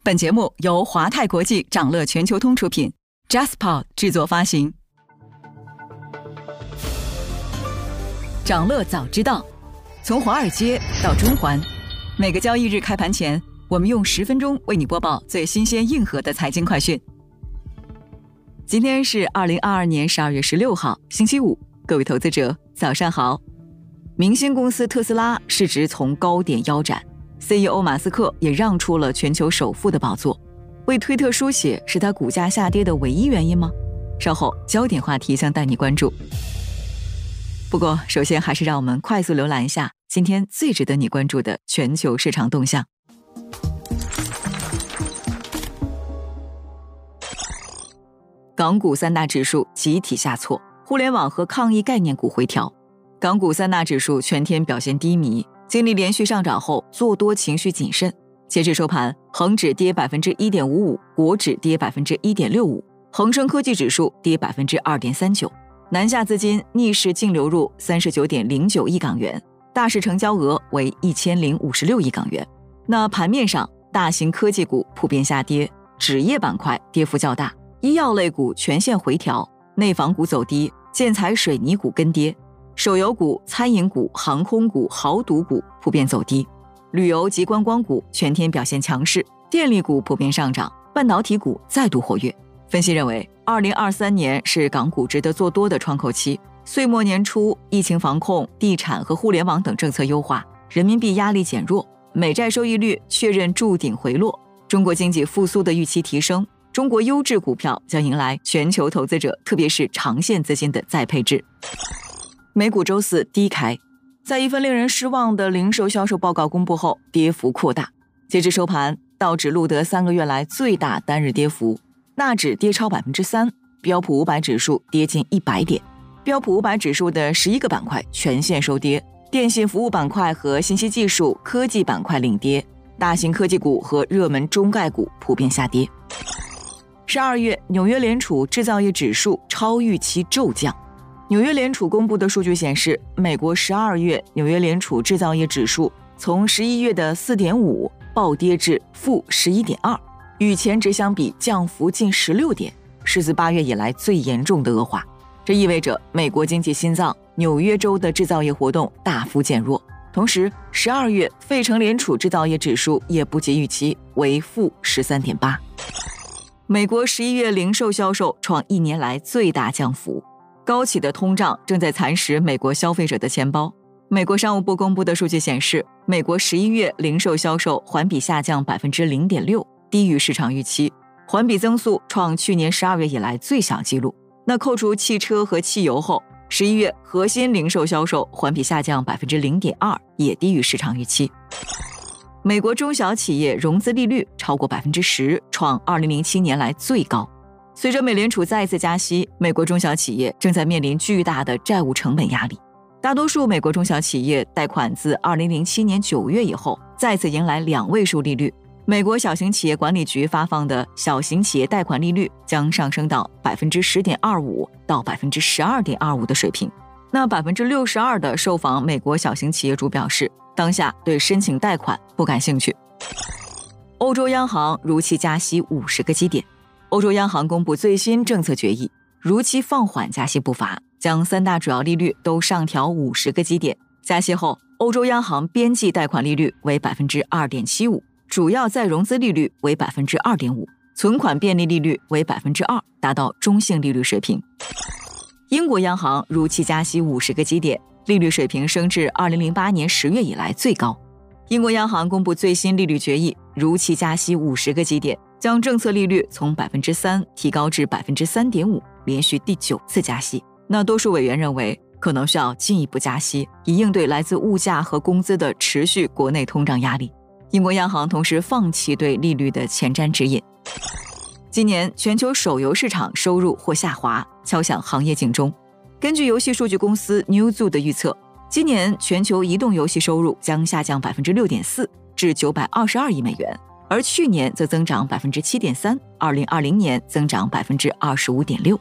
本节目由华泰国际掌乐全球通出品 ，JazzPod 制作发行。掌乐早知道，从华尔街到中环，每个交易日开盘前，我们用10分钟为你播报最新鲜硬核的财经快讯。今天是2022年12月16号，星期五，各位投资者早上好。明星公司特斯拉市值从高点腰斩。CEO 马斯克也让出了全球首富的宝座，为推特书写是他股价下跌的唯一原因吗？稍后焦点话题将带你关注。不过首先还是让我们快速浏览一下今天最值得你关注的全球市场动向。港股三大指数集体下挫，互联网和抗疫概念股回调，港股三大指数全天表现低迷，经历连续上涨后，做多情绪谨慎。截至收盘，恒指跌 1.55%， 国指跌 1.65%， 恒生科技指数跌 2.39%。南下资金逆势净流入 39.09 亿港元，大市成交额为1056亿港元。那盘面上，大型科技股普遍下跌，纸业板块跌幅较大，医药类股全线回调，内房股走低，建材水泥股跟跌。手游股、餐饮股、航空股、豪赌股普遍走低，旅游及观光股全天表现强势，电力股普遍上涨，半导体股再度活跃。分析认为，2023年是港股值得做多的窗口期。岁末年初，疫情防控、地产和互联网等政策优化，人民币压力减弱，美债收益率确认筑顶回落，中国经济复苏的预期提升，中国优质股票将迎来全球投资者，特别是长线资金的再配置。美股周四低开，在一份令人失望的零售销售报告公布后，跌幅扩大。截至收盘，道指录得3个月来最大单日跌幅，纳指跌超 3%， 标普500指数跌近100点。标普500指数的11个板块全线收跌，电信服务板块和信息技术科技板块领跌，大型科技股和热门中概股普遍下跌。12月纽约联储制造业指数超预期骤降。纽约联储公布的数据显示，美国12月纽约联储制造业指数从11月的 4.5 暴跌至负 11.2， 与前值相比降幅近16点，是自8月以来最严重的恶化。这意味着美国经济心脏纽约州的制造业活动大幅减弱。同时12月费城联储制造业指数也不及预期，为负 13.8。 美国11月零售销售创1年来最大降幅。高企的通胀正在蚕食美国消费者的钱包。美国商务部公布的数据显示，美国11月零售销售环比下降 0.6%， 低于市场预期，环比增速创去年12月以来最小纪录。那扣除汽车和汽油后，11月核心零售销售环比下降 0.2%， 也低于市场预期。美国中小企业融资利率超过 10%， 创2007年来最高。随着美联储再次加息，美国中小企业正在面临巨大的债务成本压力。大多数美国中小企业贷款自2007年9月以后再次迎来2位数利率。美国小型企业管理局发放的小型企业贷款利率将上升到 10.25% 到 12.25% 的水平。那 62% 的受访美国小型企业主表示，当下对申请贷款不感兴趣。欧洲央行如期加息50个基点。欧洲央行公布最新政策决议，如期放缓加息步伐，将3大主要利率都上调50个基点。加息后，欧洲央行边际贷款利率为 2.75%， 主要再融资利率为 2.5%， 存款便利利率为 2%， 达到中性利率水平。英国央行如期加息50个基点，利率水平升至2008年10月以来最高。英国央行公布最新利率决议，如期加息50个基点，将政策利率从 3% 提高至 3.5%， 连续第9次加息。那多数委员认为，可能需要进一步加息，以应对来自物价和工资的持续国内通胀压力。英国央行同时放弃对利率的前瞻指引。今年全球手游市场收入或下滑，敲响行业警钟。根据游戏数据公司 Newzoo 的预测，今年全球移动游戏收入将下降 6.4% 至922亿美元，而去年则增长 7.3%， 2020年增长 25.6%。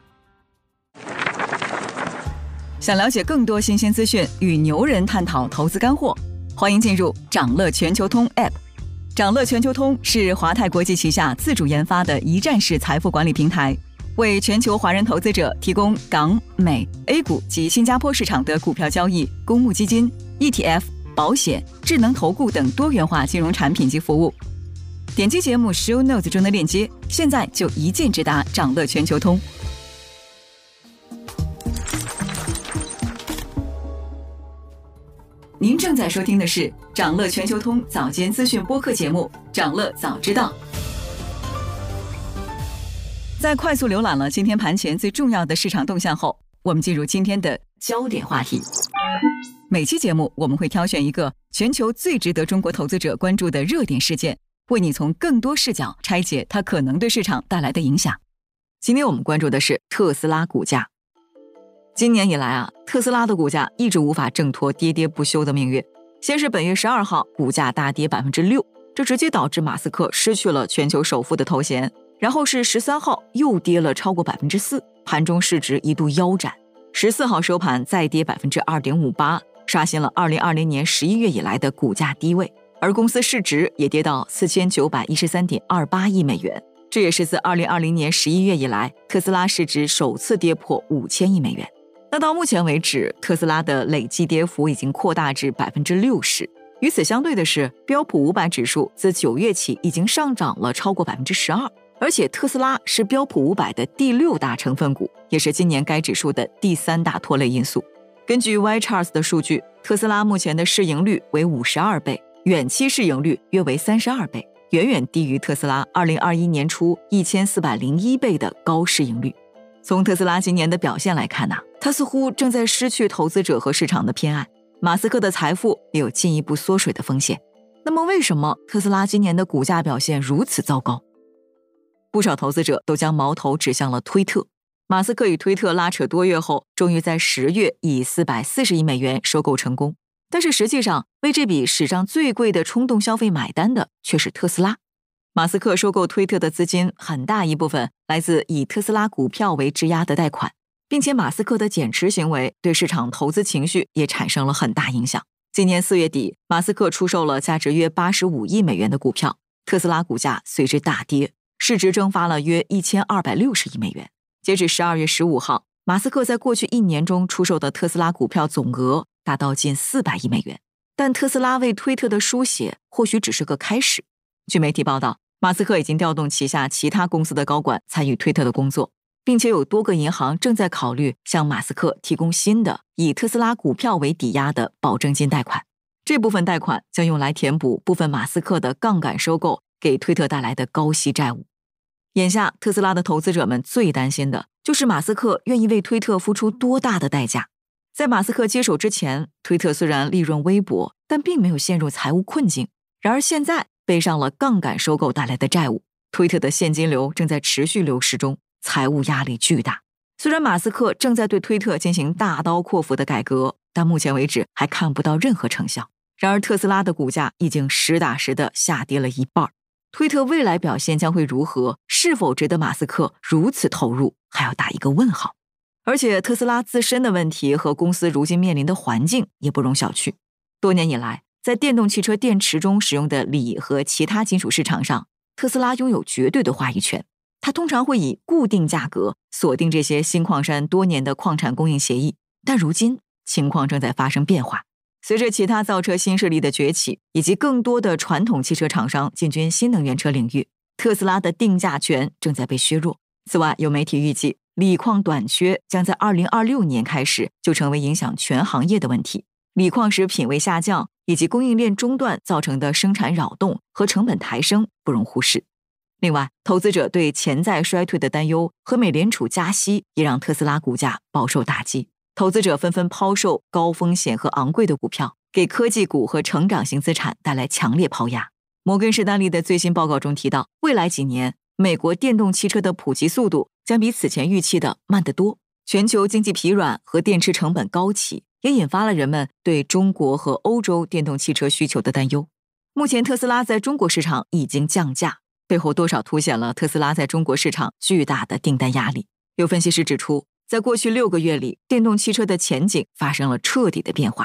想了解更多新鲜资讯，与牛人探讨投资干货，欢迎进入掌乐全球通 App。 掌乐全球通是华泰国际旗下自主研发的一站式财富管理平台，为全球华人投资者提供港、美、A 股及新加坡市场的股票交易、公募基金、ETF、保险、智能投顾等多元化金融产品及服务。点击节目 Show Notes 中的链接，现在就一键直达掌乐全球通。您正在收听的是掌乐全球通早间资讯播客节目《掌乐早知道》。在快速浏览了今天盘前最重要的市场动向后，我们进入今天的焦点话题。每期节目我们会挑选一个全球最值得中国投资者关注的热点事件，为你从更多视角拆解它可能对市场带来的影响。今天我们关注的是特斯拉股价。今年以来特斯拉的股价一直无法挣脱跌跌不休的命运。先是本月12号股价大跌 6%， 这直接导致马斯克失去了全球首富的头衔。然后是13号又跌了超过 4%， 盘中市值一度腰斩。14号收盘再跌 2.58%， 刷新了2020年11月以来的股价低位，而公司市值也跌到 4913.28 亿美元，这也是自2020年11月以来特斯拉市值首次跌破5000亿美元。那到目前为止，特斯拉的累计跌幅已经扩大至 60%。 与此相对的是，标普500指数自9月起已经上涨了超过 12%， 而且特斯拉是标普500的第6大成分股，也是今年该指数的第3大拖累因素。根据 YCharts 的数据，特斯拉目前的市盈率为52倍，远期市盈率约为32倍，远远低于特斯拉2021年初1401倍的高市盈率。从特斯拉今年的表现来看它似乎正在失去投资者和市场的偏爱，马斯克的财富也有进一步缩水的风险。那么为什么特斯拉今年的股价表现如此糟糕？不少投资者都将矛头指向了推特。马斯克与推特拉扯多月后，终于在10月以440亿美元收购成功。但是实际上，为这笔史上最贵的冲动消费买单的却是特斯拉。马斯克收购推特的资金很大一部分来自以特斯拉股票为质押的贷款，并且马斯克的减持行为对市场投资情绪也产生了很大影响。今年4月底，马斯克出售了价值约85亿美元的股票，特斯拉股价随之大跌，市值蒸发了约1260亿美元。截至12月15号，马斯克在过去1年中出售的特斯拉股票总额达到近400亿美元。但特斯拉为推特的书写或许只是个开始。据媒体报道，马斯克已经调动旗下其他公司的高管参与推特的工作，并且有多个银行正在考虑向马斯克提供新的以特斯拉股票为抵押的保证金贷款。这部分贷款将用来填补部分马斯克的杠杆收购给推特带来的高息债务。眼下特斯拉的投资者们最担心的就是马斯克愿意为推特付出多大的代价。在马斯克接手之前，推特虽然利润微薄，但并没有陷入财务困境。然而现在背上了杠杆收购带来的债务，推特的现金流正在持续流失中，财务压力巨大。虽然马斯克正在对推特进行大刀阔斧的改革，但目前为止还看不到任何成效。然而特斯拉的股价已经实打实的下跌了一半，推特未来表现将会如何？是否值得马斯克如此投入？还要打一个问号。而且特斯拉自身的问题和公司如今面临的环境也不容小觑。多年以来，在电动汽车电池中使用的锂和其他金属市场上，特斯拉拥有绝对的话语权。它通常会以固定价格锁定这些新矿山多年的矿产供应协议，但如今情况正在发生变化。随着其他造车新势力的崛起，以及更多的传统汽车厂商进军新能源车领域，特斯拉的定价权正在被削弱。此外，有媒体预计，锂矿短缺将在2026年开始就成为影响全行业的问题。锂矿石品位下降以及供应链中断造成的生产扰动和成本抬升不容忽视。另外，投资者对潜在衰退的担忧和美联储加息也让特斯拉股价饱受打击。投资者纷纷抛售高风险和昂贵的股票，给科技股和成长型资产带来强烈抛压。摩根士丹利的最新报告中提到，未来几年美国电动汽车的普及速度将比此前预期的慢得多。全球经济疲软和电池成本高企，也引发了人们对中国和欧洲电动汽车需求的担忧。目前特斯拉在中国市场已经降价，背后多少凸显了特斯拉在中国市场巨大的订单压力。有分析师指出，在过去6个月里，电动汽车的前景发生了彻底的变化。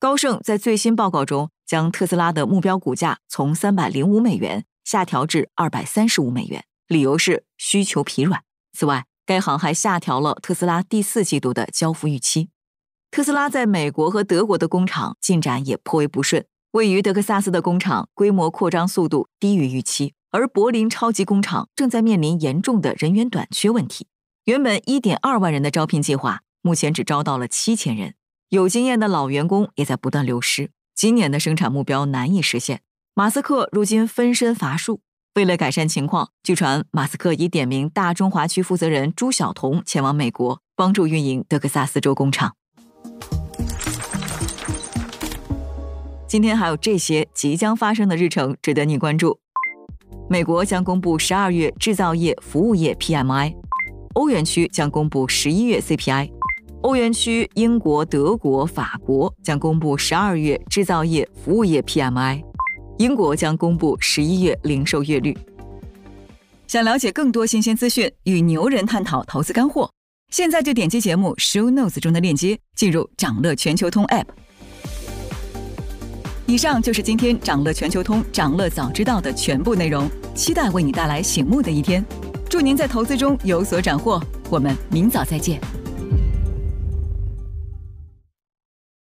高盛在最新报告中将特斯拉的目标股价从305美元下调至235美元，理由是需求疲软。此外，该行还下调了特斯拉第4季度的交付预期。特斯拉在美国和德国的工厂进展也颇为不顺，位于德克萨斯的工厂规模扩张速度低于预期，而柏林超级工厂正在面临严重的人员短缺问题。原本 1.2 万人的招聘计划，目前只招到了7000人。有经验的老员工也在不断流失，今年的生产目标难以实现。马斯克如今分身乏术，为了改善情况，据传马斯克已点名大中华区负责人朱晓彤前往美国，帮助运营德克萨斯州工厂。今天还有这些即将发生的日程值得你关注。美国将公布12月制造业服务业 PMI， 欧元区将公布11月 CPI。欧元区英国、德国、法国将公布12月制造业服务业 PMI， 英国将公布11月零售月率。想了解更多新鲜资讯，与牛人探讨投资干货，现在就点击节目 Show Notes 中的链接，进入掌乐全球通 App。以上就是今天掌乐全球通掌乐早知道的全部内容，期待为你带来醒目的一天。祝您在投资中有所斩获，我们明早再见。